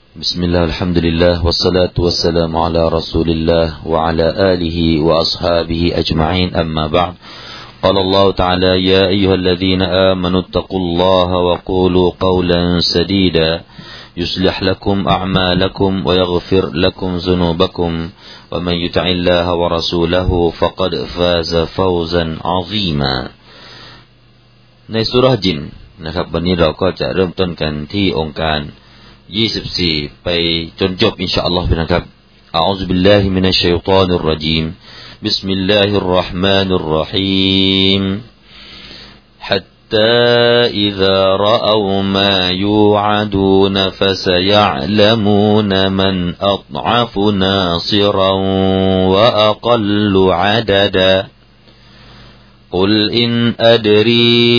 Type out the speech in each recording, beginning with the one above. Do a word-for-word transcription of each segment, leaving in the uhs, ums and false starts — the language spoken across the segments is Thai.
بسم الله الحمد لله والصلاة والسلام على رسول الله وعلى آله وأصحابه أجمعين أما بعد قال الله تعالى يا أيها الذين آمنوا اتقوا الله وقولوا قولا سديدا يصلح لكم أعمالكم ويغفر لكم ذنوبكم ومن يطع الله ورسوله فقد فاز فوزا عظيما ในซูเราะห์ญินนะครับวันนี้เราก็จะเริ่มต้นกันที่องค์การยี่สิบสี่ไปจนจบอินชาอัลลอฮ์พี่นะครับอะอูซุบิลลาฮิมินัชชัยฏอนิรเราะญีมบิสมิลลาฮิรเราะห์มานิรเราะฮีมฮัตตาอิซารอเอามายูอะดูนฟะซะยะอ์ละมูนมันอัฎอะฟุนาซิรันวะอะกัลลุอะดะดะقل إن أدري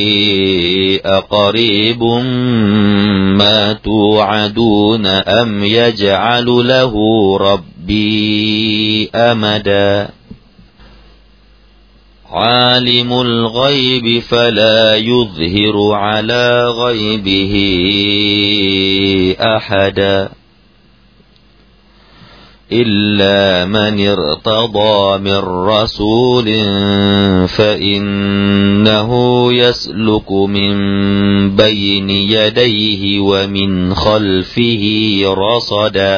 أقريب ما توعدون أم يجعل له ربي أمدا عالم الغيب فلا يظهر على غيبه أحدا إلا من ارتضى من رسول فإنه يسلك من بين يديه ومن خلفه رصدا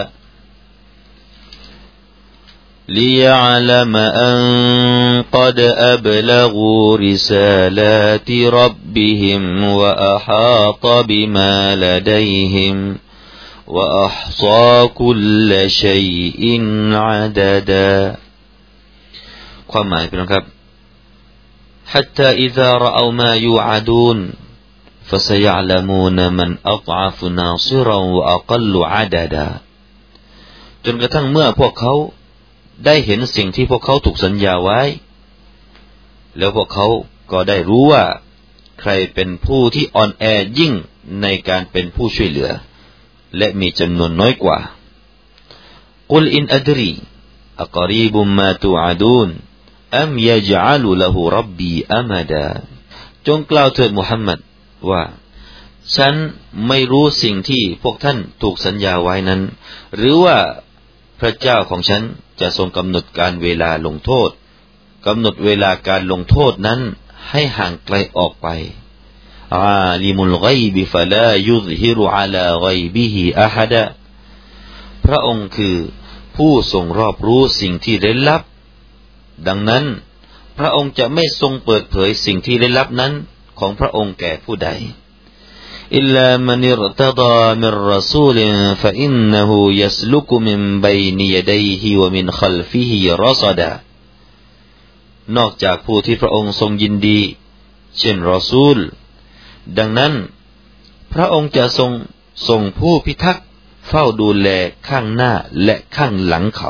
ليعلم أن قد أبلغوا رسالات ربهم وأحاط بما لديهم وأحصى كل شيء عددا ความหมายพี่น้องครับ حتى إذا رأوا ما يوعدون فسيعلمون من أضعف ناصرا وأقل عددا จนกระทั่งเมื่อพวกเขาได้เห็นสิ่งที่พวกเขาถูกสัญญาไว้แล้วพวกเขาก็ได้รู้ว่าใครเป็นผู้ที่อ่อนแอยิ่งในการเป็นผู้ช่วยเหลือและมีจำนวนน้อยกว่ากุลอินอัดรีอักรีบุมมาตูอาดูนอัมยะจอัลุละฮูร็อบบีอะมะดาจงกล่าวเถิดมุฮัมมัดว่าฉันไม่รู้สิ่งที่พวกท่านถูกสัญญาไว้นั้นหรือว่าพระเจ้าของฉันจะทรงกำหนดการเวลาลงโทษกำหนดเวลาการลงโทษนั้นให้ห่างไกลออกไปعالم الغيب فلا يظهر على غيبه أحدا พระองค์คือผู้ทรงรอบรู้สิ่งที่เร้นลับดังนั้นพระองค์จะไม่ทรงเปิดเผยสิ่งที่เร้นลับนั้นของพระองค์แก่ผู้ใดอิลลามันอิรตฎามิรรอซูลฟะอินนะฮูยัสลุกมินบัยนิยดัยฮิวะมินคัลฟิฮิรอซดานอกจากผู้ที่พระองค์ทรงยินดีเช่นรอซูลดังนั้นพระองค์จะทรงส่งผู้พิทักษ์เฝ้าดูแลข้างหน้าและข้างหลังเขา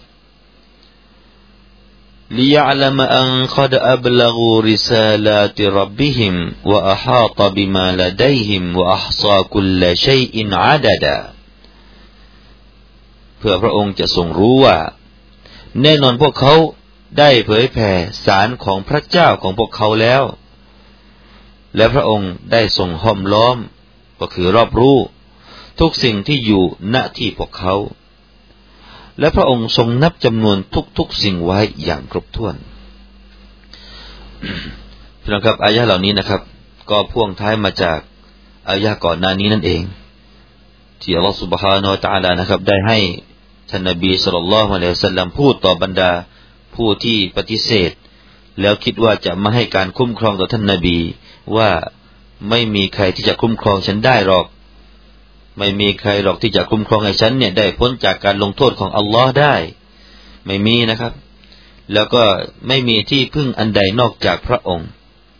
ลิยะละมะอันกอดอับละกูริซาลาติร็อบบิฮิมวะอะฮาตบิมาละดัยฮิมวะอัฮซาคุลลชัยอินอะดะดาเพื่อพระองค์จะทรงรู้ว่าแน่นอนพวกเขาได้เผยแผ่สารของพระเจ้าของพวกเขาแล้วและพระองค์ได้ทรงห้อมล้อมก็คือรอบรู้ทุกสิ่งที่อยู่ณที่พวกเขาและพระองค์ทรงนับจำนวนทุกๆสิ่งไว้อย่างครบถ้วน พี่น้องครับอายะห์เหล่านี้นะครับก็พ่วงท้ายมาจากอายะห์ก่อนหน้านี้นั่นเองที่อัลเลาะห์ซุบฮานะฮูวะตะอาลานะครับได้ให้ท่านนบีศ็อลลัลลอฮุอะลัยฮิวะซัลลัมพูดต่อบรรดาผู้ที่ปฏิเสธแล้วคิดว่าจะไม่ให้การคุ้มครองต่อท่านนบีว่าไม่มีใครที่จะคุ้มครองฉันได้หรอกไม่มีใครหรอกที่จะคุ้มครองให้ฉันเนี่ยได้พ้นจากการลงโทษของอัลลอฮ์ได้ไม่มีนะครับแล้วก็ไม่มีที่พึ่งอันใดนอกจากพระองค์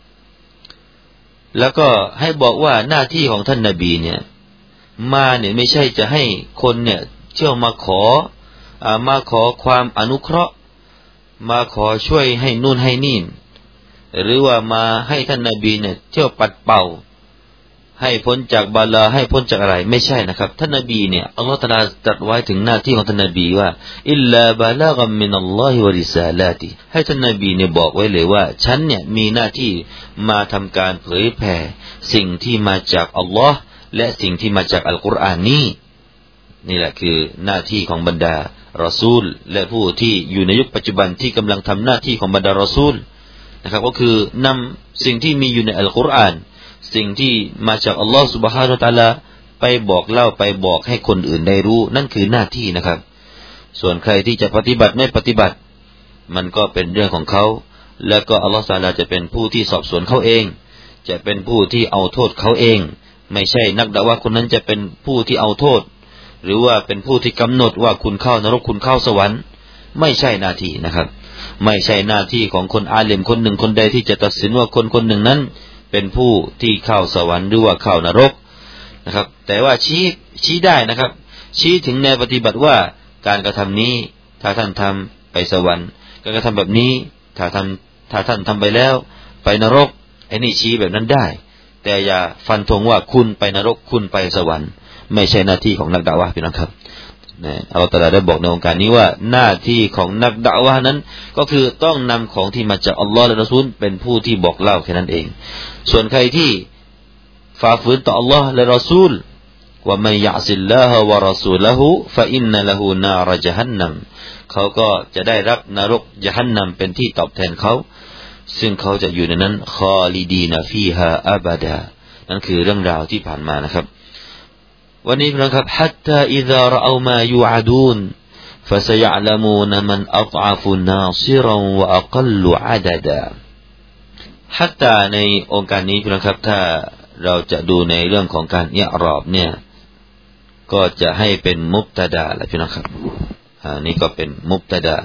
แล้วก็ให้บอกว่าหน้าที่ของท่านนบีเนี่ยมาเนี่ยไม่ใช่จะให้คนเนี่ยเที่ยวมาขออ่ามาขอความอนุเคราะห์มาขอช่วยให้นู่นให้นี่หรือว่ามาให้ท่านนบีเนี่ยเที่ยวปัดเป่าให้พ้นจากบาลาให้พ้นจากอะไรไม่ใช่นะครับท่านนบีเนี่ยอัลเลาะห์ตะอาลาตรัสไว้ถึงหน้าที่ของท่านนบีว่าอิลลาบาลากัมมินัลลอฮิวะริซาลาติให้ท่านนบีเนี่ยบอกไว้เลยว่าฉันเนี่ยมีหน้าที่มาทำการเผยแผ่สิ่งที่มาจากอัลลอฮ์และสิ่งที่มาจากอัลกุรอานนี้นี่แหละคือหน้าที่ของบรรดารอซูลและผู้ที่อยู่ในยุคปัจจุบันที่กำลังทำหน้าที่ของบรรดารอซูลนะครับก็คือนำสิ่งที่มีอยู่ในอัลกุรอานสิ่งที่มาจากอัลลอฮฺซุบฮานะฮูวะตะอาลาไปบอกเล่าไปบอกให้คนอื่นได้รู้นั่นคือหน้าที่นะครับส่วนใครที่จะปฏิบัติไม่ปฏิบัติมันก็เป็นเรื่องของเขาแล้วก็อัลลอฮฺตะอาลาจะเป็นผู้ที่สอบสวนเขาเองจะเป็นผู้ที่เอาโทษเขาเองไม่ใช่นักดะวะห์คนนั้นจะเป็นผู้ที่เอาโทษหรือว่าเป็นผู้ที่กำหนดว่าคุณเข้านรกคุณเข้าสวรรค์ไม่ใช่หน้าที่นะครับไม่ใช่หน้าที่ของคนอาลิมคนหนึ่งคนใดที่จะตัดสินว่าคนคนหนึ่งนั้นเป็นผู้ที่เข้าสวรรค์หรือว่าเข้านรกนะครับแต่ว่าชี้ชี้ได้นะครับชี้ถึงแนวปฏิบัติว่าการกระทำนี้ถ้าท่านทำไปสวรรค์การกระทำแบบนี้ถ้าทำถ้าท่านทำไปแล้วไปนรกไอ้นี่ชี้แบบนั้นได้แต่อย่าฟันธงว่าคุณไปนรกคุณไปสวรรค์ไม่ใช่หน้าที่ของนักดะวะห์พี่น้องครับนะอัลเลาะห์ตะอาลาได้บอกในองค์การนี้ว่าหน้าที่ของนักดะวะห์นั้นก็คือต้องนำของที่มาจากอัลลอฮ์และรอซูลเป็นผู้ที่บอกเล่าแค่นั้นเองส่วนใครที่ฝ่าฝืนต่ออัลลอฮ์และรอซูลว่ามันยะซิลลาฮะวะรอซูละฮูฟะอินนะละฮูนารญะฮันนัมเขาก็จะได้รับนรกญะฮันนัมเป็นที่ตอบแทนเขาซึ่งเขาจะอยู่ในนั้นคอลิดีนฟีฮาอับดานั่นคือเรื่องราวที่ผ่านมานะครับวันนี้นะครับ حتى إذا رأوا ما يوعدون فسيعلمون من أضعف ناصرا وأقل عددا حتى ในองค์การนี้นะครับถ้าเราจะดูในเรื่องของการอิอรอบเนี่ยก็จะให้เป็นมุบตะดาละพี่น้องครับอ่านี่ก็เป็นมุบตะดา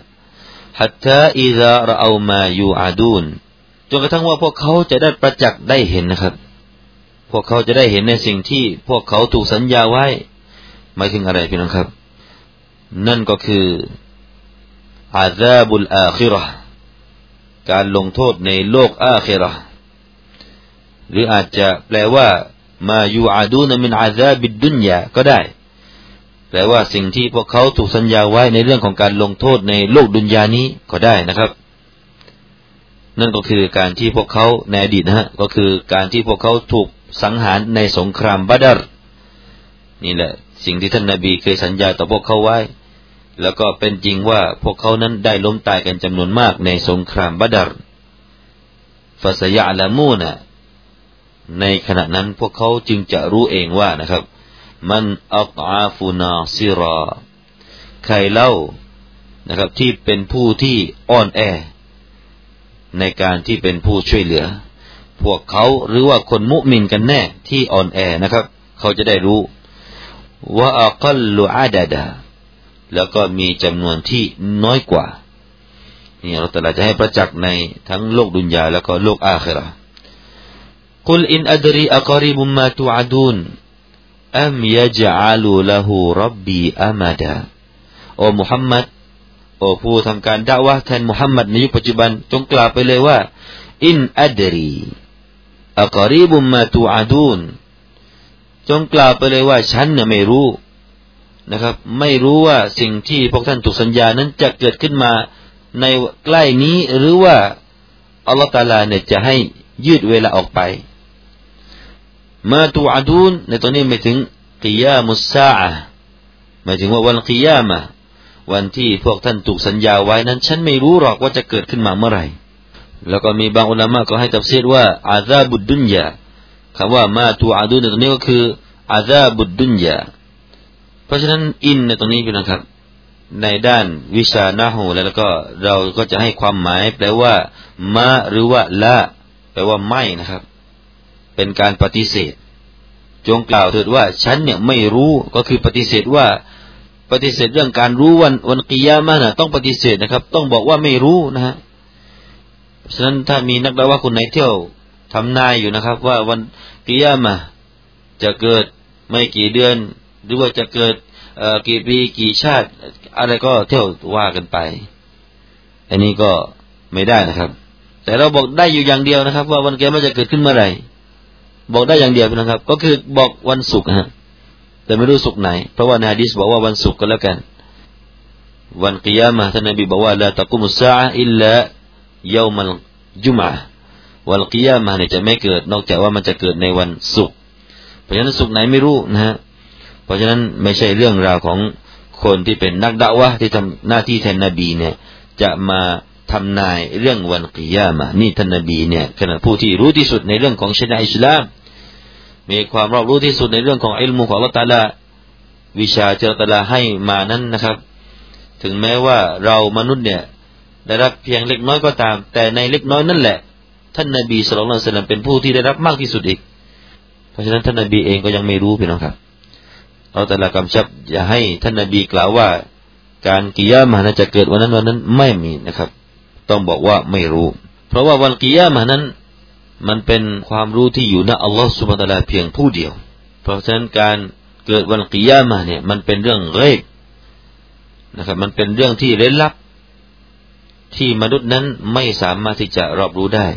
حتى إذا رأوا ما يوعدون จนกระทั่งว่าพวกเขาจะได้ประจักษ์ได้เห็นนะครับพวกเขาจะได้เห็นในสิ่งที่พวกเขาถูกสัญญาไว้หมายถึงอะไรพี่น้องครับนั่นก็คืออาซาบุลอาคิเราะห์การลงโทษในโลกอาคิเราะห์หรืออาจจะแปลว่ามายูอาดูนมินอาซาบิดดุนยาก็ได้แปลว่าสิ่งที่พวกเขาถูกสัญญาไว้ในเรื่องของการลงโทษในโลกดุนยานี้ก็ได้นะครับนั่นก็คือการที่พวกเขาในอดีตนะฮะก็คือการที่พวกเขาถูกสังหารในสงครามบาดรนี่แหละสิ่งที่ท่านนบีเคยสัญญาต่อพวกเขาไว้แล้วก็เป็นจริงว่าพวกเขานั้นได้ล้มตายกันจำนวนมากในสงครามบาดรฟาสยะละมูนะในขณะนั้นพวกเขาจึงจะรู้เองว่านะครับมันอัตอาฟูนาซิรอใครเล่านะครับที่เป็นผู้ที่อ่อนแอในการที่เป็นผู้ช่วยเหลือพวกเขาหรือว่าคนมุมินกันแน่ที่อ่อนแอนะครับเขาจะได้รู้ว่าอักัลลุอาดะดาแล้วก็มีจำนวนที่น้อยกว่านี่เราแต่ละจะให้ประจักษ์ในทั้งโลกดุนยาแล้วก็โลกอาคิเราะห์กุลอินอัดรีอักอรีบุมมาตุอะดูนอัมยะจอะลูละฮูร็อบบีอะมะดาโอ้มุฮัมมัดโอ้ผู้ทำการดะอ์วะห์แทนมุฮัมมัดในยุคปัจจุบันจงกล่าวไปเลยว่าอินอัดรีอักอรีบุมมาตุอะดูนจงกล่าวไปเลยว่าฉันเนี่ยไม่รู้นะครับไม่รู้ว่าสิ่งที่พวกท่านถูกสัญญานั้นจะเกิดขึ้นมาในใกล้นี้หรือว่าอัลเลาะห์ตะอาลาเนี่ยจะให้ยืดเวลาออกไปมาตุอะดูนในตรงนี้หมายถึงกิยามุสซาอะห์หมายถึงว่าวันกิยามะห์วันที่พวกท่านถูกสัญญาไว้นั้นฉันไม่รู้หรอกว่าจะเกิดขึ้นมาเมื่อไหร่แล้วก็มีบางอุลามะก็ให้ตัฟซีรว่าอาซาบุดดุนยาคำว่ามาตุอะดูนในตรงนี้ก็คืออาซาบุดดุนยาเพราะฉะนั้นอินในตรงนี้พี่น้องครับในด้านวิชานะฮูแล้วก็เราก็จะให้ความหมายแปลว่ามาหรือว่าละแปลว่าไม่นะครับเป็นการปฏิเสธจงกล่าวเถิดว่าฉันเนี่ยไม่รู้ก็คือปฏิเสธว่าปฏิเสธเรื่องการรู้วันวันกิยามะห์น่ะต้องปฏิเสธนะครับต้องบอกว่าไม่รู้นะฮะฉะนั้นถ้ามีนักดะวะห์คนไหนเที่ยวทำนายอยู่นะครับว่าวันกิยามะห์จะเกิดไม่กี่เดือนหรือว่าจะเกิดเอ่อกี่ปีกี่ชาติอะไรก็เที่ยวว่ากันไปอันนี้ก็ไม่ได้นะครับแต่เราบอกได้อยู่อย่างเดียวนะครับว่าวันกิยามะห์จะเกิดขึ้นเมื่อไหร่บอกได้อย่างเดียวนะครับก็คือบอกวันศุกร์ฮะแต่ไม่รู้ศุกร์ไหนเพราะว่าในหะดีษบอกว่าวันศุกร์ก็แล้วกันวันกิยามะห์ท่านนบีบอกว่าลาตะกุมุสซาอะห์อิลลายอมัลจุมอะห์วันกิยามะห์เนี่ยจะไม่เกิดนอกจากว่ามันจะเกิดในวันศุกร์เพราะฉะนั้นศุกร์ไหนไม่รู้นะฮะราะฉะนั้นไม่ใช่เรื่องราวของคนที่เป็นนักดะวะห์ที่ทำหน้าที่แทนนบีเนี่ยจะมาทำนายเรื่องวันกิยามะห์นี่ท่านนบีเนี่ยเป็นผู้ที่รู้ที่สุดในเรื่องของชะรีอะห์อิสลามมีความรอบรู้ที่สุดในเรื่องของอิลมุของอัลเลาะห์ตะอาลาวิชาที่อัลเลาะห์ตะอาลาให้มานั้นนะครับถึงแม้ว่าเรามนุษย์เนี่ยได้รับเพียงเล็กน้อยก็ตามแต่ในเล็กน้อยนั่นแหละท่านนบีศ็อลลัลลอฮุอะลัยฮิวะซัลลัมเป็นผู้ที่ได้รับมากที่สุดอีกเพราะฉะนั้นท่านนบีเองก็ยังไม่รู้พี่น้องครับอัลเลาะห์ตะอาลากำชับอย่าให้ท่านนบีกล่าวว่าการกิยามะห์นั้นจะเกิดวันนั้นวันนั้นไม่มีนะครับต้องบอกว่าไม่รู้เพราะว่าวันกิยามะห์นั้นมันเป็นความรู้ที่อยู่ณอัลลอฮฺซุบฮานะฮูวะตะอาลาเพียงผู้เดียวเพราะฉะนั้นการเกิดวันกิยามะห์เนี่ยมันเป็นเรื่องเกบนะครับมันเป็นเรื่องที่เร้นลับที่มนุษย์นั้นไม่สามารถที่จะรับรู้ได้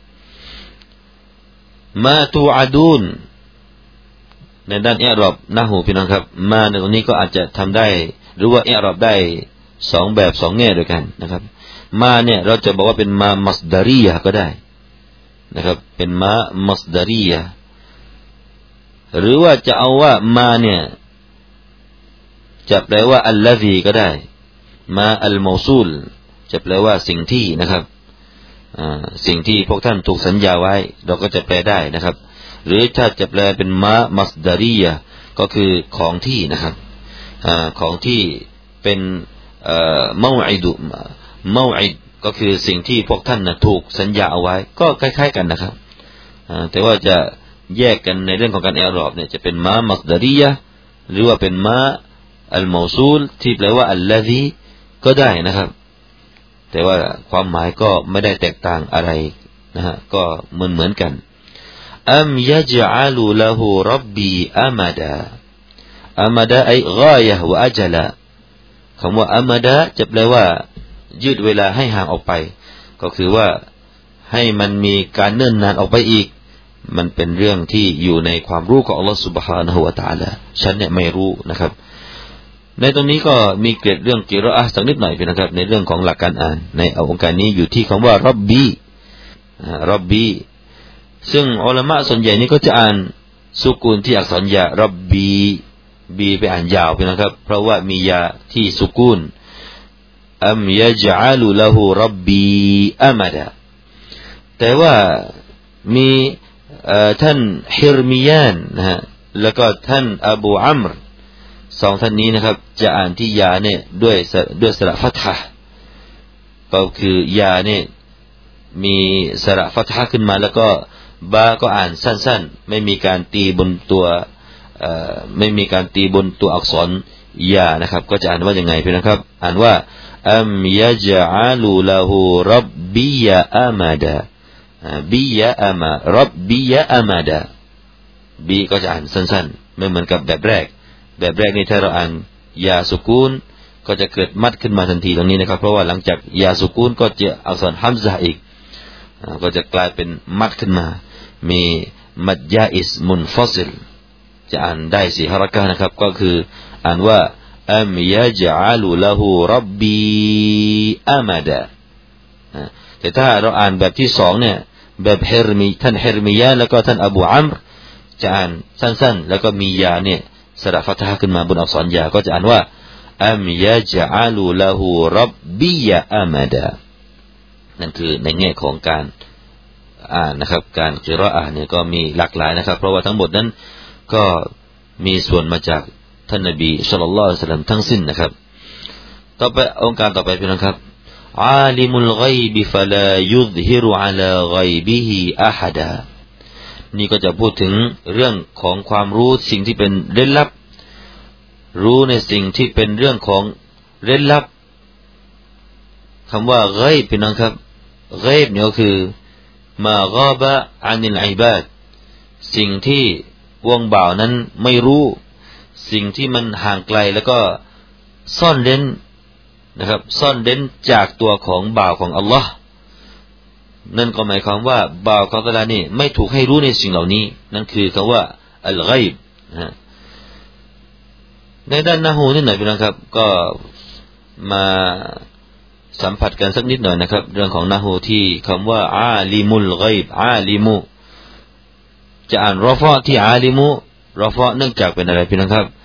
มาตูอาดูนในด้านอิอรอบนะฮูพี่น้องครับมาในตรงนี้ก็อาจจะทำได้หรือว่าอิอรอบได้สองแบบสองแง่ด้วยกันนะครับมาเนี่ยเราจะบอกว่าเป็นมามัสดารียะก็ได้นะครับเป็นมามัสดารียะหรือว่าจะเอาว่ามาเนี่ยจะแปลว่าอัลลซีก็ได้มาอัลมอซูลจะแปลว่าสิ่งที่นะครับสิ่งที่พวกท่านถูกสัญญาไว้เราก็จะแปลได้นะครับหรือถ้าจะแปลเป็นมามัสดารียะก็คือของที่นะครับของที่เป็นเมาอิดุเมาอิดก็คือสิ่งที่พวกท่านนะถูกสัญญาเอาไว้ก็คล้ายๆกันนะครับแต่ว่าจะแยกกันในเรื่องของการอิอรอบเนี่ยจะเป็นมามัสดารียะหรือว่าเป็นมาอัลมอซูลที่แปลว่าอัลลซีก็ได้นะครับแต่ว่าความหมายก็ไม่ได้แตกต่างอะไรนะฮะก็เหมือนเหมือนกันอัมยะจะอาลูละฮูรับบีอามาดาอามาดาไอกายะฮ์วะอัจละคำว่าอามาดาจะแปลว่ายืดเวลาให้ห่างออกไปก็คือว่าให้มันมีการเนิ่นนานออกไปอีกมันเป็นเรื่องที่อยู่ในความรู้ของอัลลอฮฺ سبحانه และ تعالى ฉันเนี่ยไม่รู้นะครับในตรงนี้ก็มีเกร็ดเรื่องกิรออะห์สักนิดหน่อยพี่นะครับในเรื่องของหลักการอ่านในองค์การนี้อยู่ที่คำว่ารับบีรับบีซึ่งอุลามะส่วนใหญ่นี่ก็จะอ่านสุกูนที่อักษรยารับบีบีไปอ่านยาวพี่นะครับเพราะว่ามียาที่สุกูนอัมยะจอะลูละฮูรับบีอามาดะแต่ว่ามีท่านฮิรมียานนะฮะแล้วก็ท่านอบูอัมรสองท่านนี้นะครับจะอ่านที่ยาเนี่ยด้วยด้วยสระฟัตฮะห์ก็คือยาเนี่ยมีสระฟัตฮะห์ขึ้นมาแล้วก็บาก็อ่านสั้นๆไม่มีการตีบนตัวเอ่อไม่มีการตีบนตัวอักษรยานะครับก็จะอ่านว่ายังไงพี่นะครับอ่านว่าอัมยะจอะลูละฮูรับบียะอามาดะบียะอามารับบียะอามาดะบีก็จะอ่านสั้นๆไม่เหมือนกับแบบแรกแบบแรกนี่ถ้าเราอ่านยาสุกูนก็จะเกิดมัดขึ้นมาทันทีตรงนี้นะครับเพราะว่าหลังจากยาสุกูนก็จะอักษรฮัมซะห์อีกก็จะกลายเป็นมัดขึ้นมามีมัดยาอิสมุนฟอซิลจะอ่านได้สี่ฮารากะห์นะครับก็คืออ่านว่าอัมยะจอะลูละฮูรับบีอามาดะแต่ถ้าเราอ่านแบบที่สองเนี่ยแบบฮิรมีท่านฮิรมียะแล้วก็ท่านอบูอัมรจะอ่านสั้นๆแล้วก็มียาเนี่ยสระฟัตฮะห์ขึ้นมาบนอักษรยาก็จะอ่านว่าอัมยะจอะลูละฮูรับบียะอามาดะนั่นคือในแง่ของการอ่านนะครับการกิรออะห์เนี่ยก็มีหลากหลายนะครับเพราะว่าทั้งหมดนั้นก็มีส่วนมาจากท่านนบีศ็อลลัลลอฮุอะลัยฮิวะซัลลัมทั้งสิ้นนะครับต่อไปองค์การต่อไปพี่น้องครับอาลิมุลฆอยบิฟะลายุซฮิรุอะลาฆอยบิฮิอะฮัดะนี่ก็จะพูดถึงเรื่องของความรู้สิ่งที่เป็นเร้นลับรู้ในสิ่งที่เป็นเรื่องของเร้นลับคำว่าฆอยบพี่น้องครับฆอยบเนี่ยก็คือมากาบะอานิลอิบาดสิ่งที่วงบ่าวนั้นไม่รู้สิ่งที่มันห่างไกลแล้วก็ซ่อนเร้นนะครับซ่อนเร้นจากตัวของบ่าวของอัลลอฮ์นั่นก็หมายความว่าบ่าวของอัลลอฮ์นี่ไม่ถูกให้รู้ในสิ่งเหล่านี้นั่นคือคำว่าอัลฆอยบนะในด้านนะฮูนี่หน่อยพี่น้องครับก็มาสัมผัสกันสักนิดหน่อยนะครับเรื่องของนะฮูที่คำว่าอาลิมุลฆอยบอาลิมุจะอ่านรอฟะที่อาลิมุรอฟะเนื่องจากเป็นอะไรพี่น้องครับ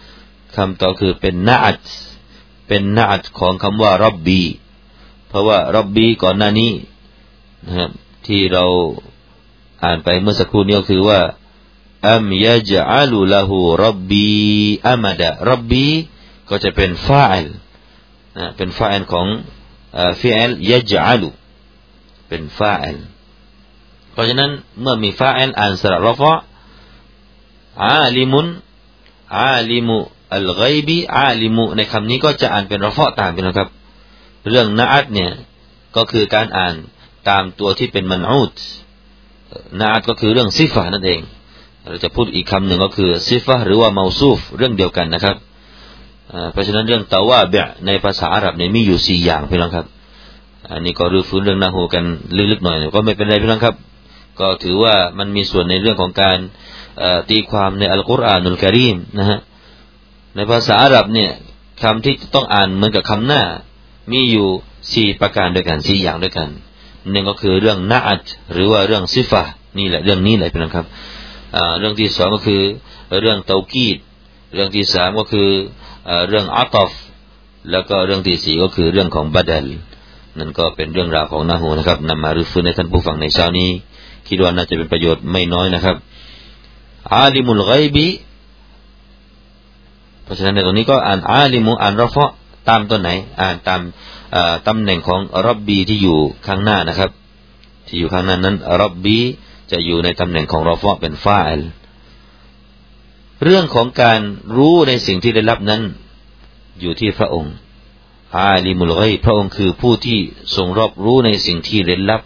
คำต่อคือเป็นนะอัตเป็นนะอัตของคำว่าร็อบบีเพราะว่าร็อบบีก่อนหน้านี้นะครับที่เราอ่านไปเมื่อสักครู่นี้ก็คือว่าอัมยะจะอัลุละหูร็อบบีอัมดะร็อบบีก็จะเป็นฟาอิลนะเป็นฟาอิลของฟิอิลยะจะอัลุเป็นฟาอิลเพราะฉะนั้นเมื่อมีฟาอิลอ่านสระรอฟะอาลิมุนอาลิมุอัลกัยบีอาลิมุในคำนี้ก็จะอ่านเป็นรอฟะตามไปนะครับเรื่องนะอัตเนี่ยก็คือการอ่านตามตัวที่เป็นมันอูดนะอัตก็คือเรื่องซิฟะนั่นเองเราจะพูดอีกคำหนึ่งก็คือซิฟะหรือว่าเมาซูฟเรื่องเดียวกันนะครับเพราะฉะนั้นเรื่องตะวาบิะในภาษาอาหรับเนี่ยมีอยู่สี่อย่างพี่น้องครับอันนี้ก็รื้อฟื้นเรื่องนะฮูกันลึกๆหน่อยก็ไม่เป็นไรพี่น้องครับก็ถือว่ามันมีส่วนในเรื่องของการตีความในอัลกุรอานุลกะรีมนะฮะในภาษาอาหรับเนี่ยคำที่ต้องอ่านเหมือนกับคำหน้ามีอยู่สี่ประการด้วยกันสี่อย่างด้วยกันหนึ่งก็คือเรื่องนะอัตหรือว่าเรื่องซิฟะนี่แหละเรื่องนี้แหละพี่น้องครับเรื่องที่สองก็คือเรื่องเตากีดเรื่องที่สามก็คือเรื่องอัตฟแล้วก็เรื่องที่สี่ก็คือเรื่องของบะดัลนั่นก็เป็นเรื่องราวของนะฮูนะครับนำมารื้อฟื้นให้ท่านผู้ฟังในเช้านี้คิดว่าน่าจะเป็นประโยชน์ไม่น้อยนะครับอาลิมุลกัยบีเพราะฉะนั้นในตรงนี้ก็อ่านอาลิมุอ่านรอฟะตามตัวไหนอ่านตามตำแหน่งของร็อบบีที่อยู่ข้างหน้านะครับที่อยู่ข้างหน้านั้นร็อบบีจะอยู่ในตำแหน่งของรอฟะเป็นฟาอิลเรื่องของการรู้ในสิ่งที่ได้รับนั้นอยู่ที่พระองค์อาลิมุลกัยบพระองค์คือผู้ที่ทรงรอบรู้ในสิ่งที่ได้รับ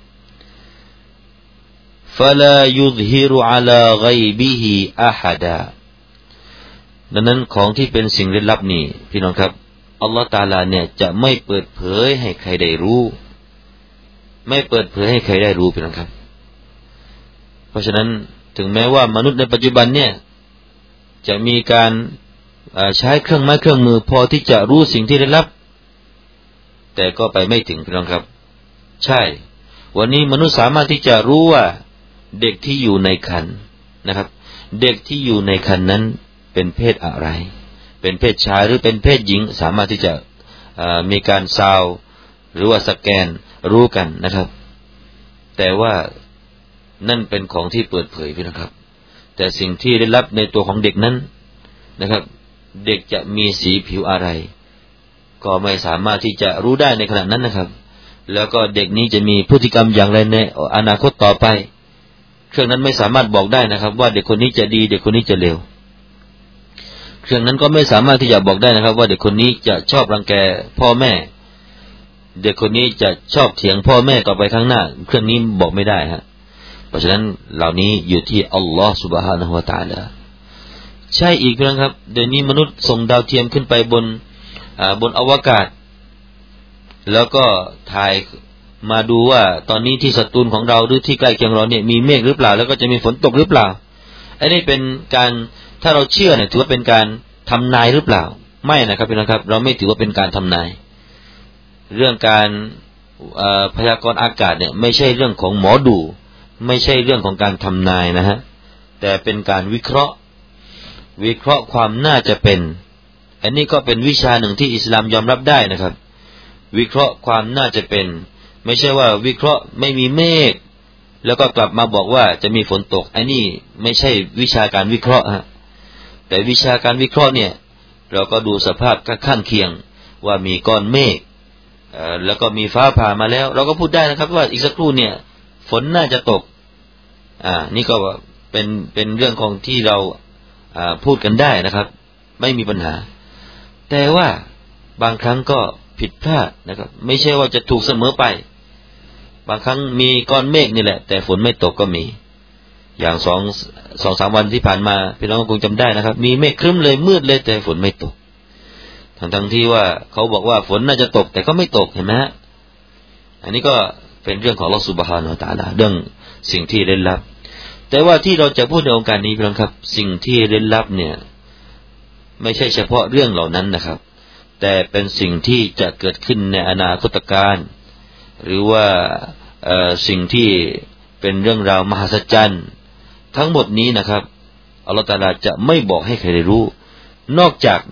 ฟะลายุซฮิรุอะลากัยบิฮิอะฮัดาดังนั้นของที่เป็นสิ่งลึกลับนี่พี่น้องครับอัลลอฮฺตะอาลาเนี่ยจะไม่เปิดเผยให้ใครได้รู้ไม่เปิดเผยให้ใครได้รู้พี่น้องครับเพราะฉะนั้นถึงแม้ว่ามนุษย์ในปัจจุบันเนี่ยจะมีการใช้เครื่องไม้เครื่องมือพอที่จะรู้สิ่งที่ได้รับแต่ก็ไปไม่ถึงพี่น้องครับใช่วันนี้มนุษย์สามารถที่จะรู้ว่าเด็กที่อยู่ในครรภ์นะครับเด็กที่อยู่ในครรภ์นั้นเป็นเพศอะไรเป็นเพศชายหรือเป็นเพศหญิงสามารถที่จะมีการซาวหรือว่าสแกนรู้กันนะครับแต่ว่านั่นเป็นของที่เปิดเผยพี่นะครับแต่สิ่งที่ได้รับในตัวของเด็กนั้นนะครับเด็กจะมีสีผิวอะไรก็ไม่สามารถที่จะรู้ได้ในขณะนั้นนะครับแล้วก็เด็กนี้จะมีพฤติกรรมอย่างไรในอนาคตต่อไปเครื่องนั้นไม่สามารถบอกได้นะครับว่าเด็กคนนี้จะดีเด็กคนนี้จะเลวเครื่องนั้นก็ไม่สามารถที่จะบอกได้นะครับว่าเด็กคนนี้จะชอบรังแกพ่อแม่เด็กคนนี้จะชอบเถียงพ่อแม่ต่อไปข้างหน้าเครื่องนี้บอกไม่ได้ฮะเพราะฉะนั้นเหล่านี้อยู่ที่อัลลอฮฺ سبحانه และ تعالى ใช่อีกนะครับเดี๋ยวนี้มนุษย์ส่งดาวเทียมขึ้นไปบนบนอวกาศแล้วก็ถ่ายมาดูว่าตอนนี้ที่สตูลของเราหรือที่ใกล้เคียงเราเนี่ยมีเมฆหรือเปล่าแล้วก็จะมีฝนตกหรือเปล่าอันนี้เป็นการถ้าเราเชื่อเนี่ยถือว่าเป็นการทำนายหรือเปล่าไม่นะครับพี่น้องครับเราไม่ถือว่าเป็นการทำนายเรื่องการพยากรณ์อากาศเนี่ยไม่ใช่เรื่องของหมอดูไม่ใช่เรื่องของการทำนายนะฮะแต่เป็นการวิเคราะห์วิเคราะห์ความน่าจะเป็นอันนี้ก็เป็นวิชาหนึ่งที่อิสลามยอมรับได้นะครับวิเคราะห์ความน่าจะเป็นไม่ใช่ว่าวิเคราะห์ไม่มีเมฆแล้วก็กลับมาบอกว่าจะมีฝนตกอันนี้ไม่ใช่วิชาการวิเคราะห์ฮะแต่วิชาการวิเคราะห์เนี่ยเราก็ดูสภาพข้างเคียงว่ามีก้อนเมฆแล้วก็มีฟ้าผ่ามาแล้วเราก็พูดได้นะครับว่าอีกสักครู่เนี่ยฝนน่าจะตกอ่านี่ก็เป็นเป็นเรื่องของที่เราอ่าพูดกันได้นะครับไม่มีปัญหาแต่ว่าบางครั้งก็ผิดพลาดนะครับไม่ใช่ว่าจะถูกเสมอไปบางครั้งมีก้อนเมฆนี่แหละแต่ฝนไม่ตกก็มีอย่างสองสองสามวันที่ผ่านมาพี่น้องคงจำได้นะครับมีเมฆครึ้มเลยมืดเลยแต่ฝนไม่ตกทั้งทั้งที่ว่าเขาบอกว่าฝนน่าจะตกแต่ก็ไม่ตกเห็นไหมฮะอันนี้ก็เป็นเรื่องของอัลเลาะห์ซุบฮานะฮูวะตะอาลาเรื่องสิ่งที่ลึกลับแต่ว่าที่เราจะพูดในองค์การนี้พี่น้องครับสิ่งที่ลึกลับเนี่ยไม่ใช่เฉพาะเรื่องเหล่านั้นนะครับแต่เป็นสิ่งที่จะเกิดขึ้นในอนาคตการหรือว่าสิ่งที่เป็นเรื่องราวมหัศจรรย์ทั้งหมดนี้นะครับอัลเลาะห์ตะอาลาจะไม่บอกให้ใครได้รู้นอกจาก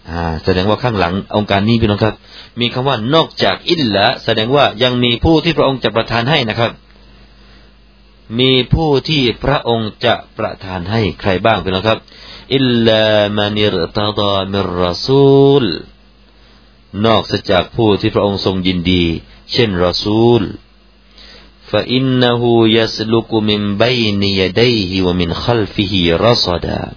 อ่าแสดงว่าข้างหลังองค์การนี้พี่น้องครับมีคำว่านอกจากอิลละแสดงว่ายังมีผู้ที่พระองค์จะประทานให้นะครับมีผู้ที่พระองค์จะประทานให้ใครบ้างพี่น้องครับอิลลามานิรตะฎามิรรอซูลนอกจากผู้ที่พระองค์ทรงยินดีเช่นรอซูลฟะอินนะฮูยัสลุกุมินบัยนิยดัยฮิวะมินคัลฟิฮิรอศดา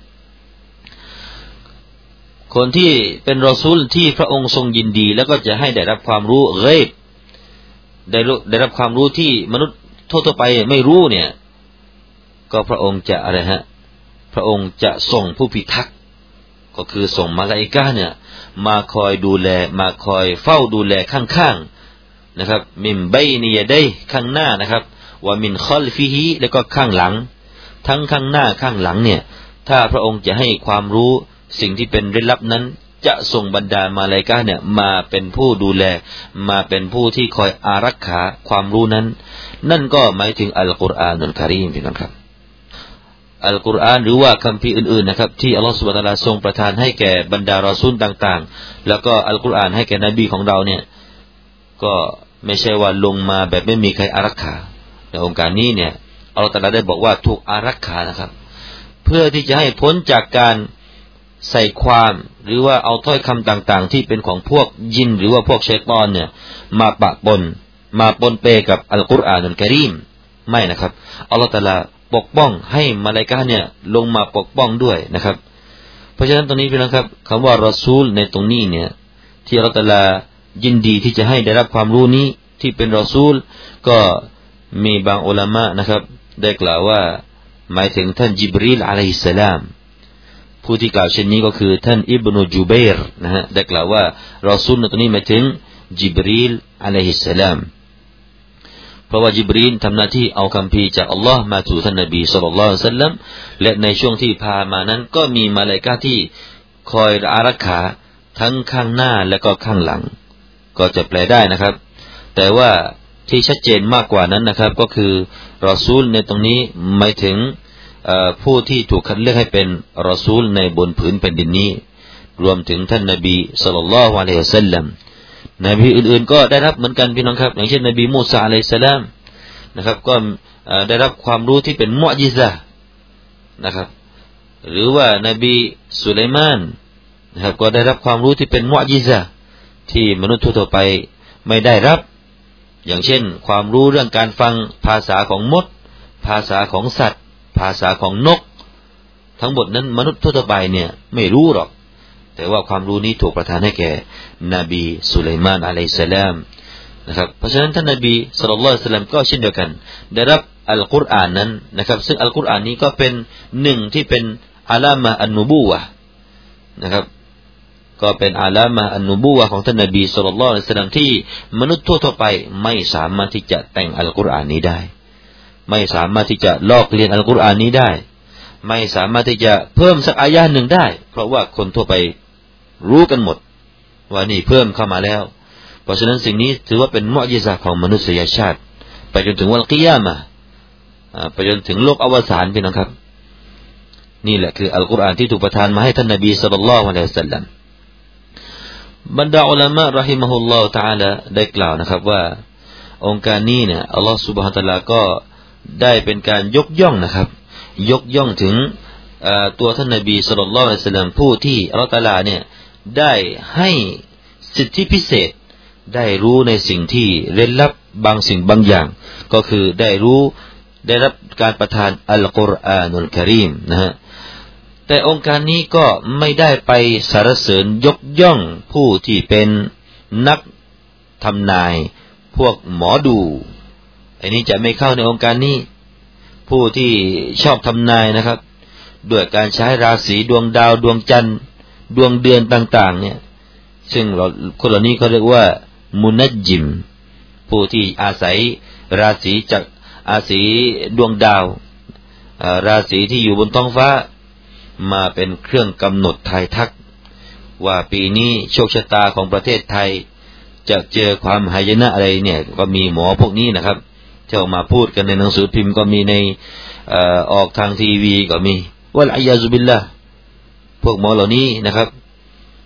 คนที่เป็นรอซูลที่พระองค์ทรงยินดีแล้วก็จะให้ได้รับความรู้เกยบได้ได้รับความรู้ที่มนุษย์ทั่วๆไปไม่รู้เนี่ยก็พระองค์จะอะไรฮะพระองค์จะส่งผู้พิทักษ์ก็คือส่งมาลาอิกะฮ์เนี่ยมาคอยดูแลมาคอยเฝ้าดูแลข้างๆนะครับมินบัยนิยดัยข้างหน้านะครับว่ามินคัลฟิฮิแล้วก็ข้างหลังทั้งข้างหน้าข้างหลังเนี่ยถ้าพระองค์จะให้ความรู้สิ่งที่เป็นลึกลับนั้นจะส่งบรรดามาลาอิกะฮ์เนี่ยมาเป็นผู้ดูแลมาเป็นผู้ที่คอยอารักขาความรู้นั้นนั่นก็หมายถึงอัลกุรอานุลกะรีมพี่น้องครับอัลกุรอานหรือว่าคัมภีร์อื่นๆนะครับที่อัลลอฮฺซุบฮานะฮูวะตะอาลาทรงประทานให้แก่บรรดารอซูลต่างๆแล้วก็อัลกุรอานให้แก่นบีของเราเนี่ยก็ไม่ใช่ว่าลงมาแบบไม่มีใครอารักขาในองค์การนี้เนี่ยอัลลอฮฺตะอาลาได้บอกว่าถูกอารักขานะครับเพื่อที่จะให้พ้นจากการใส่ความหรือว่าเอาถ้อยคำต่างๆที่เป็นของพวกยินหรือว่าพวกชัยฏอนเนี่ยมาปะปนมาปนเปกับอัลกุรอานุลกะรีมไม่นะครับอัลลอฮฺตะอาลาปกป้องให้มาลาอิกะฮ์เนี่ยลงมาปกป้องด้วยนะครับเพราะฉะนั้นตรงนี้พี่น้องครับคำว่ารอซูลในตรงนี้เนี่ยที่อัลเลาะห์ตะอาลายินดีที่จะให้ได้รับความรู้นี้ที่เป็นรอซูลก็มีบางอุลามะนะครับได้กล่าวว่าหมายถึงท่านญิบรีลอะลัยฮิสสลามผู้ที่กล่าวเช่นนี้ก็คือท่านอิบนุจุบัยร์นะฮะได้กล่าวว่ารอซูลในตรงนี้หมายถึงญิบรีลอะลัยฮิสสลามเพราะว่าญิบรีลทำหน้าที่เอาคัมภีร์จากอัลลอฮ์มาสู่ท่านนบีศ็อลลัลลอฮุอะลัยฮิวะซัลลัมและในช่วงที่พามานั้นก็มีมาลาอิกะฮ์ที่คอยอารักขาทั้งข้างหน้าและก็ข้างหลังก็จะแปลได้นะครับแต่ว่าที่ชัดเจนมากกว่านั้นนะครับก็คือรอซูลในตรงนี้หมายถึงผู้ที่ถูกคัดเลือกให้เป็นรอซูลในบนผืนแผ่นดินนี้รวมถึงท่านนบีศ็อลลัลลอฮุอะลัยฮิวะซัลลัมนบีอื่นๆก็ได้รับเหมือนกันพี่น้องครับอย่างเช่นนบีมูซาอะลัยฮิสสลามนะครับก็ได้รับความรู้ที่เป็นมุอ์ญิซะห์นะครับหรือว่านบีสุไลมานนะครับก็ได้รับความรู้ที่เป็นมุอ์ญิซะห์ที่มนุษย์ทั่วไปไม่ได้รับอย่างเช่นความรู้เรื่องการฟังภาษาของมดภาษาของสัตว์ภาษาของนกทั้งหมดนั้นมนุษย์ทั่วไปเนี่ยไม่รู้หรอกแต่ว่าความรู้นี้ถูกประทานให้แก่นบีสุไลมานอะลัยฮิสสลามนะครับเพราะฉะนั้นท่านนบีศ็อลลัลลอฮุอะลัยฮิวะซัลลัมก็เช่นเดียวกันได้รับอัลกุรอานนั้นนะครับซึ่งอัลกุรอานนี้ก็เป็นหนึ่งที่เป็นอะลามะฮ์อันนุบูวะห์นะครับก็เป็นอะลามะฮ์อันนุบูวะห์ของท่านนบีศ็อลลัลลอฮุอะลัยฮิวะซัลลัมที่มนุษย์ทั่วๆไปไม่สามารถที่จะแต่งอัลกุรอานนี้ได้ไม่สามารถที่จะลอกเลียนอัลกุรอานนี้ได้ไม่สามารถที่จะเพิ่มสักอายะห์หนึ่งได้เพราะว่าคนทั่วไปรู้กันหมดว่านี่เพิ่มเข้ามาแล้วเพราะฉะนั้นสิ่งนี้ถือว่าเป็นมุอ์ญิซะห์ของมนุษยชาติไปจนถึงวันกิยามะห์ไปจนถึงโลกอวสานพี่น้องครับนี่แหละคืออัลกุรอานที่ถูกประทานมาให้ท่านนบีศ็อลลัลลอฮุอะลัยฮิวะซัลลัมบรรดาอุลามะเราะฮิมะฮุลลอฮุตะอาลาได้กล่าวนะครับว่าองค์การนี้เนี่ยอัลเลาะห์ซุบฮานะฮูวะตะอาลาก็ได้เป็นการยกย่องนะครับยกย่องถึงตัวท่านนบีศ็อลลัลลอฮุอะลัยฮิวะซัลลัมผู้ที่อัลเลาะห์ตะอาลาเนี่ยได้ให้สิทธิพิเศษได้รู้ในสิ่งที่เร้นลับบางสิ่งบางอย่างก็คือได้รู้ได้รับการประทานอัลกุรอานุลกะรีมนะฮะแต่องค์การนี้ก็ไม่ได้ไปสรรเสริญยกย่องผู้ที่เป็นนักทำนายพวกหมอดูอันนี้จะไม่เข้าในองค์การนี้ผู้ที่ชอบทำนายนะครับด้วยการใช้ราศีดวงดาวดวงจันทร์ดวงเดือนต่างๆเนี่ยซึ่งเราคนเหล่านี้เขาเรียกว่ามุนัจญิมผู้ที่อาศัยราศีจากอาศัยดวงดาวราศีที่อยู่บนท้องฟ้ามาเป็นเครื่องกำหนดทายทักว่าปีนี้โชคชะตาของประเทศไทยจะเจอความหายนะอะไรเนี่ยก็มีหมอพวกนี้นะครับที่ออกมาพูดกันในหนังสือพิมพ์ก็มีในเอ่อออกทางทีวีก็มีวัลอียาซุบิลลาห์พวกหมอเหล่านี้นะครับ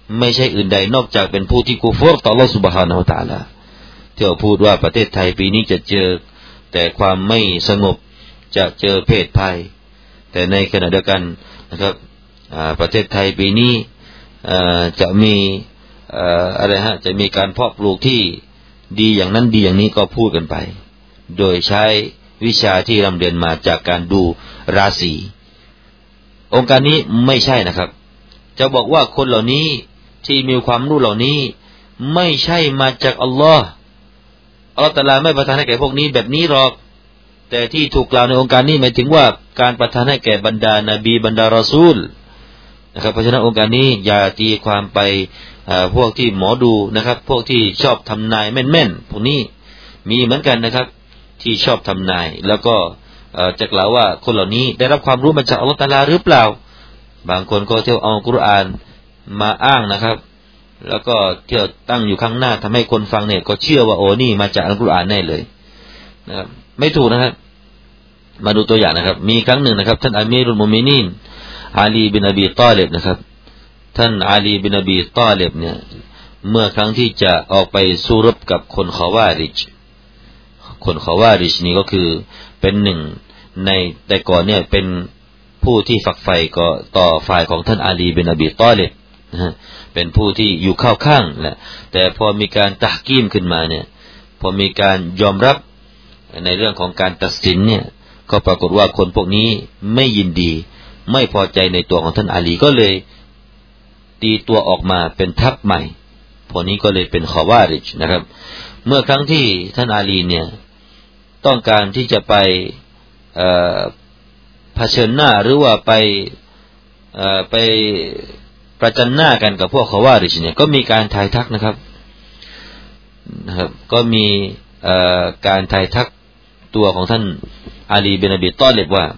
ไม่ใช่อื่นใดนอกจากเป็นผู้ที่กุฟรต่ออัลเลาะห์ซุบฮานะฮูวะตะอาลาที่เขาพูดว่าประเทศไทยปีนี้จะเจอแต่ความไม่สงบจะเจอเพศภัยแต่ในขณะเดียวกันนะครับประเทศไทยปีนี้จะมีอะไรฮะจะมีการเพาะปลูกที่ดีอย่างนั้นดีอย่างนี้ก็พูดกันไปโดยใช้วิชาที่ร่ำเรียนมาจากการดูราศีองค์การนี้ไม่ใช่นะครับจะบอกว่าคนเหล่านี้ที่มีความรู้เหล่านี้ไม่ใช่มาจากอัลลอฮ์อัลลอฮ์ตะอาลาไม่ประทานให้แก่พวกนี้แบบนี้หรอกแต่ที่ถูกกล่าวในองค์การนี้หมายถึงว่าการประทานให้แก่บรรดานบีบรรดารอซูลนะครับเพราะฉะนั้นองค์การนี้อย่าตีความไปพวกที่หมอดูนะครับพวกที่ชอบทำนายแม่นๆพวกนี้มีเหมือนกันนะครับที่ชอบทำนายแล้วก็จะกล่าวว่าคนเหล่านี้ได้รับความรู้มาจากอัลลอฮฺตะอาลาหรือเปล่าบางคนก็เที่ยวเอากุรอานมาอ้างนะครับแล้วก็เที่ยวตั้งอยู่ข้างหน้าทำให้คนฟังเนี่ยก็เชื่อว่าโอ้นี่มาจากอัลกุรอานแน่เลยนะครับไม่ถูกนะครับมาดูตัวอย่างนะครับมีครั้งหนึ่งนะครับท่านอามีรุลมุมินีนอาลีบินอบีตอลิบนะครับท่านอาลีบินอบีตอลิบเนี่ยเมื่อครั้งที่จะออกไปสู้รบกับคนคอวาริจคนคอวาริจนี่ก็คือเป็นหนึ่งในแต่ก่อนเนี่ยเป็นผู้ที่ฝักใฝ่ก็ต่อฝ่ายของท่านอาลีบินอบีตอลิบนะฮะเป็นผู้ที่อยู่เข้าข้างแหละแต่พอมีการตะกีมขึ้นมาเนี่ยพอมีการยอมรับในเรื่องของการตัดสินเนี่ยก็ปรากฏว่าคนพวกนี้ไม่ยินดีไม่พอใจในตัวของท่านอาลีก็เลยตีตัวออกมาเป็นทัพใหม่พวกนี้ก็เลยเป็นคอวาริจนะครับเมื่อครั้งที่ท่านอาลีเนี่ยต้องการที่จะไปเผชิญหน้าหรือว่าไปไปประจันหน้ากันกับพวกคอวาริจเนี่ยก็มีการทายทักนะครับนะครับก็มีการทายทักตัวของท่านอาลีบินอบีตอลิบว่า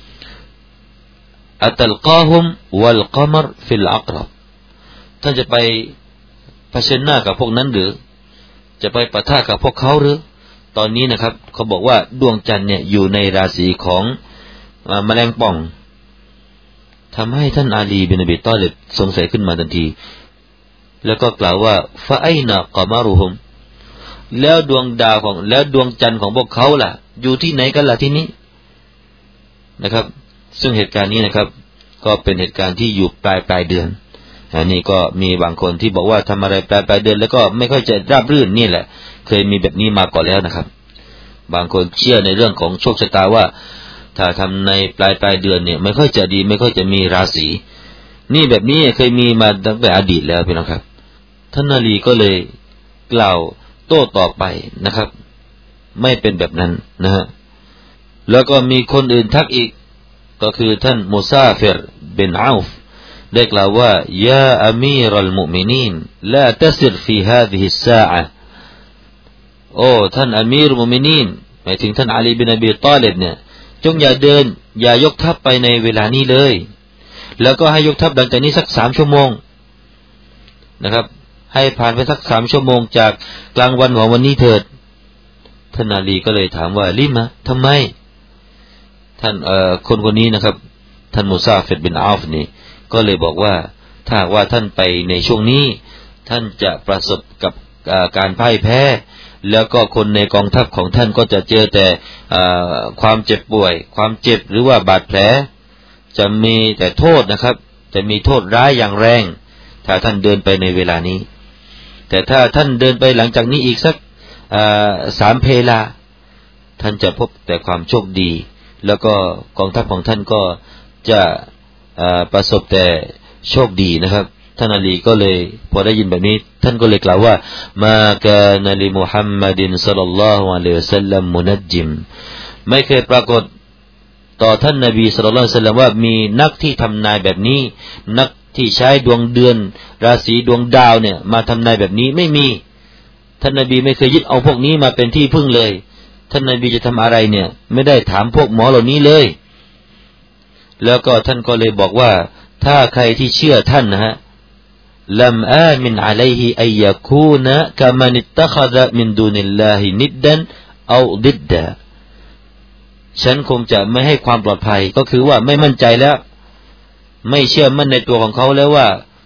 อัตัลกาฮุมวัลกอมรฟิลอักรับท่านจะไปเผชิญหน้ากับพวกนั้นหรือจะไปปะทะกับพวกเขาหรือตอนนี้นะครับเขาบอกว่าดวงจันทร์เนี่ยอยู่ในราศีของแมลงป่องทำให้ท่านอาลีบินอบีตอลิบสงสัยขึ้นมาทันทีแล้วก็กล่าวว่าฟะไอนะกอมรุฮุมแล้วดวงดาวของแล้วดวงจันทร์ของพวกเขาล่ะอยู่ที่ไหนกันล่ะที่นี้นะครับซึ่งเหตุการณ์นี้นะครับก็เป็นเหตุการณ์ที่อยู่ปลายปลายเดือนอันนี้ก็มีบางคนที่บอกว่าทำอะไรปลายปลายเดือนแล้วก็ไม่ค่อยจะราบรื่นนี่แหละเคยมีแบบนี้มาก่อนแล้วนะครับบางคนเชื่อในเรื่องของโชคชะตาว่าถ้าทำในปลายปลายเดือนเนี่ยไม่ค่อยจะดีไม่ค่อยจะมีราศีนี่แบบนี้เคยมีมาตั้งแต่อดีตแล้วพี่น้องครับท่านอาลีก็เลยกล่าวโต้ตอบไปนะครับไม่เป็นแบบนั้นนะฮะแล้วก็มีคนอื่นทักอีกก็คือท่านมุซาฟิรบินอาฟได้กล่าวว่ายาอามีรัลมุมินีนลาตัซิรฟีฮาซิฮิสซาอะห์โอ้ท่านอามีรุลมุมินีนหมายถึงท่านอาลีบินอบีตอลิบเนี่ยจงอย่าเดินอย่ายกทัพไปในเวลานี้เลยแล้วก็ให้ยกทัพหลังจากนี้สักสามชั่วโมงนะครับให้ผ่านไปสักสามชั่วโมงจากกลางวันของวันนี้เถิดท่านอาลีก็เลยถามว่าลิมะทำไมท่านเอ่อคนคนนี้นะครับท่านมุซาฟิรบินอาฟนี่ก็เลยบอกว่าถ้าว่าท่านไปในช่วงนี้ท่านจะประสบกับการพ่ายแพ้แล้วก็คนในกองทัพของท่านก็จะเจอแต่ความเจ็บป่วยความเจ็บหรือว่าบาดแผลจะมีแต่โทษนะครับจะมีโทษร้ายอย่างแรงถ้าท่านเดินไปในเวลานี้แต่ถ้าท่านเดินไปหลังจากนี้อีกสักสามเพลาท่านจะพบแต่ความโชคดีแล้วก็กองทัพของท่านก็จะประสบแต่โชคดีนะครับท่านอาลีก็เลยพอได้ยินแบบนี้ท่านก็เลยกล่าวว่ามากานะลิมุฮัมมัดศ็อลลัลลอฮุอะลัยฮิวะซัลลัมมุนัจญิมไม่เคยปรากฏต่อท่านนบีศ็อลลัลลอฮุอะลัยฮิวะซัลลัมว่ามีนักที่ทำนายแบบนี้นักที่ใช้ดวงเดือนราศีดวงดาวเนี่ยมาทำนายแบบนี้ไม่มีท่านนบีไม่เคยยึดเอาพวกนี้มาเป็นที่พึ่งเลยท่านนบีจะทำอะไรเนี่ยไม่ได้ถามพวกหมอเหล่านี้เลยแล้วก็ท่านก็เลยบอกว่าถ้าใครที่เชื่อท่านนะฮะลัมอามินอะลัยฮิอัยยะคูนะกะมันอิตตะคอซะมินดูนิลลาฮินิดดันเอาดิดดะฉันคงจะไม่ให้ความปลอดภัยก็คือว่าไม่มั่นใจแล้วไม่เชื่อมั่นในตัวของเขาแล้วว่า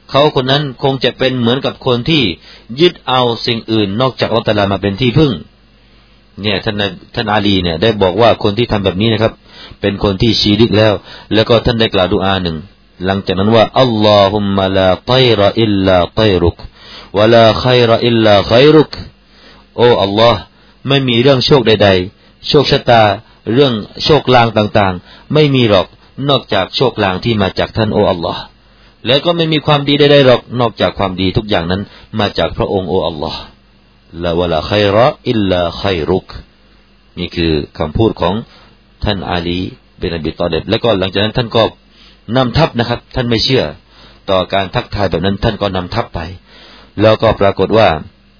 เขาคนนั้นคงจะเป็นเหมือนกับคนที่ยึดเอาสิ่งอื่นนอกจากอัลเลาะห์ตะอาลามาเป็นที่พึ่งเนี่ยท่านท่านอาลีเนี่ยได้บอกว่าคนที่ทำแบบนี้นะครับเป็นคนที่ชีริกแล้วแล้วก็ท่านได้กล่าวดุอาหนึ่งหลังจากนั้นว่าอัลลอฮุมมะลาฏอยรอิลลาฏอยรุกวะลาค็อยรอิลลาค็อยรุกโอ้อัลลอฮ์ไม่มีเรื่องโชคใดๆโชคชะตาเรื่องโชคลางต่างๆไม่มีหรอกนอกจากโชคลางที่มาจากท่านโอ้อัลลอฮ์และก็ไม่มีความดีใดๆหรอกนอกจากความดีทุกอย่างนั้นมาจากพระองค์โอ้อัลลอฮ์ละวะลาค็อยรอิลลาค็อยรุกนี่คือคำพูดของท่านอาลีบินอบีฏอลิบแล้วก็หลังจากนั้นท่านก็นำทัพนะครับท่านไม่เชื่อต่อการทักทายแบบนั้นท่านก็นำทัพไปแล้วก็ปรากฏว่า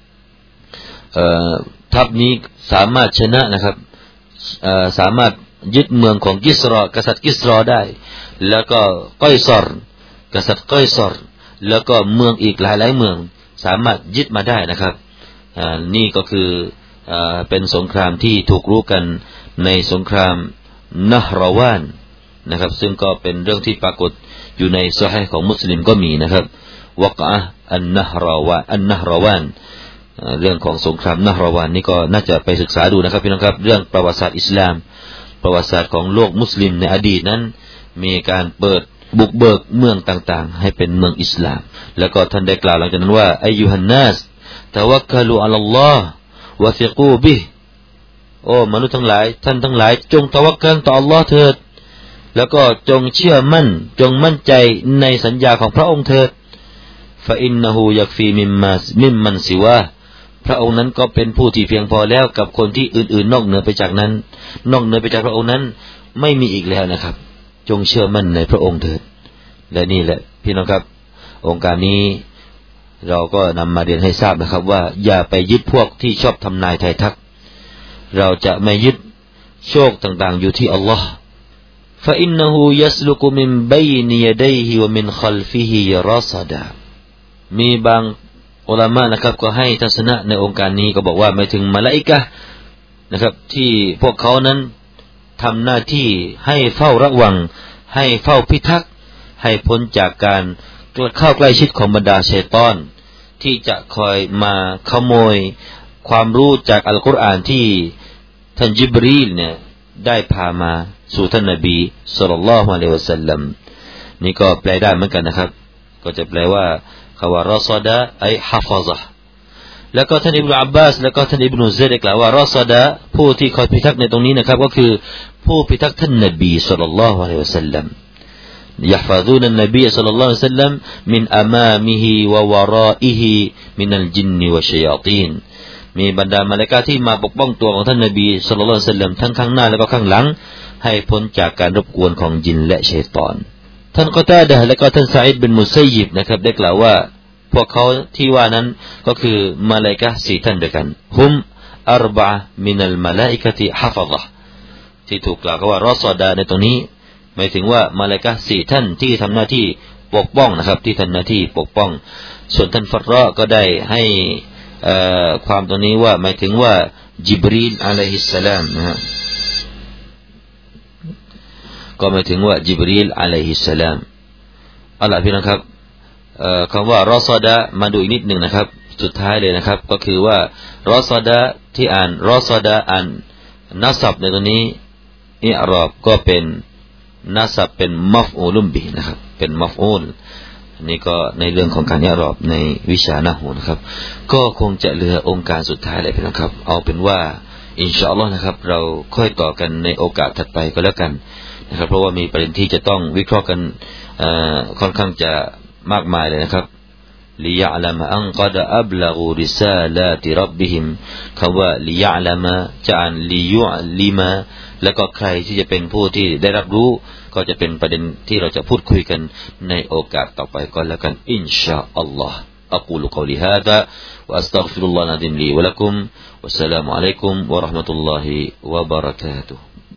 ทัพนี้สามารถชนะนะครับสามารถยึดเมืองของกิสรอกษัตริย์กิสรอได้แล้วก็ก้อยซอรกษัตริย์ก้อยซอรแล้วก็เมืองอีกหลายๆเมืองสามารถยึดมาได้นะครับนี่ก็คือเป็นสงครามที่ถูกรู้กันในสงครามนะฮราวานนะครับซึ่งก็เป็นเรื่องที่ปรากฏอยู่ในซอฮีฮ์ของมุสลิมก็มีนะครับวะกะอันนะฮราวานอันนะฮราวานเรื่องของสงครามนะฮราวานนี่ก็น่าจะไปศึกษาดูนะครับพี่น้องครับเรื่องประวัติศาสตร์อิสลามประวัติศาสตร์ของโลกมุสลิมในอดีตนั้นมีการเปิดบุกเบิกเมืองต่างๆให้เป็นเมืองอิสลามแล้วก็ท่านได้กล่าวหลังจากนั้นว่าอัยยูฮันนัสตะวักกะลูอะลัลลอฮ์วะซิกูบิฮ์โอ้มนุษย์ทั้งหลายท่านทั้งหลายจงตะวักกัลต่ออัลลอฮ์เถิดแล้วก็จงเชื่อมั่นจงมั่นใจในสัญญาของพระองค์เถิดฟะอินนะฮูยักฟีมิมมามิมมันซิวาพระองค์นั้นก็เป็นผู้ที่เพียงพอแล้วกับคนที่อื่นๆนอกเหนือไปจากนั้นนอกเหนือไปจากพระองค์นั้นไม่มีอีกแล้วนะครับจงเชื่อมั่นในพระองค์เถิดและนี่แหละพี่น้องครับองค์การนี้เราก็นำมาเรียนให้ทราบนะครับว่าอย่าไปยึดพวกที่ชอบทำนายทายทักเราจะไม่ยึดโชคต่างๆอยู่ที่อัลลอฮ์ฟะอินนะฮูยัสลุกุมินบัยนิยะดัยฮิวะมินคัลฟิฮิรอซะดามีบางอุลามะนะครับก็ให้ทัศนะในองค์การนี้ก็บอกว่าหมายถึงมลาอิกะฮ์นะครับที่พวกเขานั้นทำหน้าที่ให้เฝ้าระวังให้เฝ้าพิทักษ์ให้พ้นจากการเข้าใกล้ชิดของบรรดาชัยฏอนที่จะคอยมาขโมยความรู้จากอัลกุรอานที่ท่านญิบรีลเนี่ยได้พามาสู่ท่านนบีศ็อลลัลลอฮุอะลัยฮิวะซัลลัมนี่ก็แปลได้เหมือนกันนะครับก็จะแปลว่าคำว่ารอซอดะไอฮะฟะซะห์แล้วก็ท่านอิบนุอับบาสแล้วก็ท่านอิบนุซัยดได้กล่าวว่ารอซอดะผู้ที่คอยพิทักษ์ในตรงนี้นะครับก็คือผู้พิทักษ์ท่านนบีศ็อลลัลลอฮุอะลัยฮิวะซัลลัมيحفظون النبي صلى الله عليه وسلم من أمامه وورائه من الجن والشياطين มีบรรดามาลาอิกะฮ์ที่มาปกป้องตัวของท่านนบีศ็อลลัลลอฮุอะลัยฮิวะซัลลัมทั้งข้างหน้าและก็ข้างหลังให้พ้นจากการรบกวนของยินและชัยฏอนท่านกอตาดะฮ์และก็ท่านซะอีดบินมุซัยยิบนะครับได้กล่าวว่าพวกเขาที่ว่านั้นก็คือมาลาอิกะฮ์สี่ท่านด้วยกันฮุมอัรบะอะห์มินัลมะลาอิกะติฮะฟะซะห์ที่ถูกกล่าวว่ารอซอดะในตรงนี้หมายถึงว่ามาลาอิกะฮ์สี่ท่านที่ทำหน้าที่ปกป้องนะครับที่ทำหน้าที่ปกป้องส่วนท่านฟัรเราะห์ก็ได้ให้ความตรงนี้ว่าหมายถึงว่าญิบรีลอะลัยฮิสสลามนะฮะก็หมายถึงว่าญิบรีลอะลัยฮิสสลามเอาล่ะพี่น้องครับคำว่ารอซอดะมาดูอีกนิดหนึ่งนะครับสุดท้ายเลยนะครับก็คือว่ารอซอดะที่อ่านรอซอดะอ่านนัสบในตรงนี้อิอรอบก็เป็นนัสบเป็นมัฟอูลุมบินะครับเป็นมัฟอูลนี่ก็ในเรื่องของการอิอรอบในวิชานะฮูนะครับก็คงจะเหลือองค์การสุดท้ายเลยพี่น้องครับเอาเป็นว่าอินชาอัลลอฮ์นะครับเราค่อยต่อกันในโอกาสถัดไปก็แล้วกันนะครับเพราะว่ามีประเด็นที่จะต้องวิเคราะห์กันค่อนข้างจะมากมายเลยนะครับลิยะละมะอันกอดอับละกูริซาลาติร็อบบิฮิมคำว่าลิยะละมะจะอ่านลิยุลิมะแล้วก็ใครที่จะเป็นผู้ที่ได้รับรู้ก็จะเป็นประเด็นที่เราจะพูดคุยกันในโอกาสต่อไปก็แล้วกันอินชาอัลลอฮ์أقول قولي هذا وأستغفر الله العظيم لي ولكم والسلام عليكم ورحمة الله وبركاته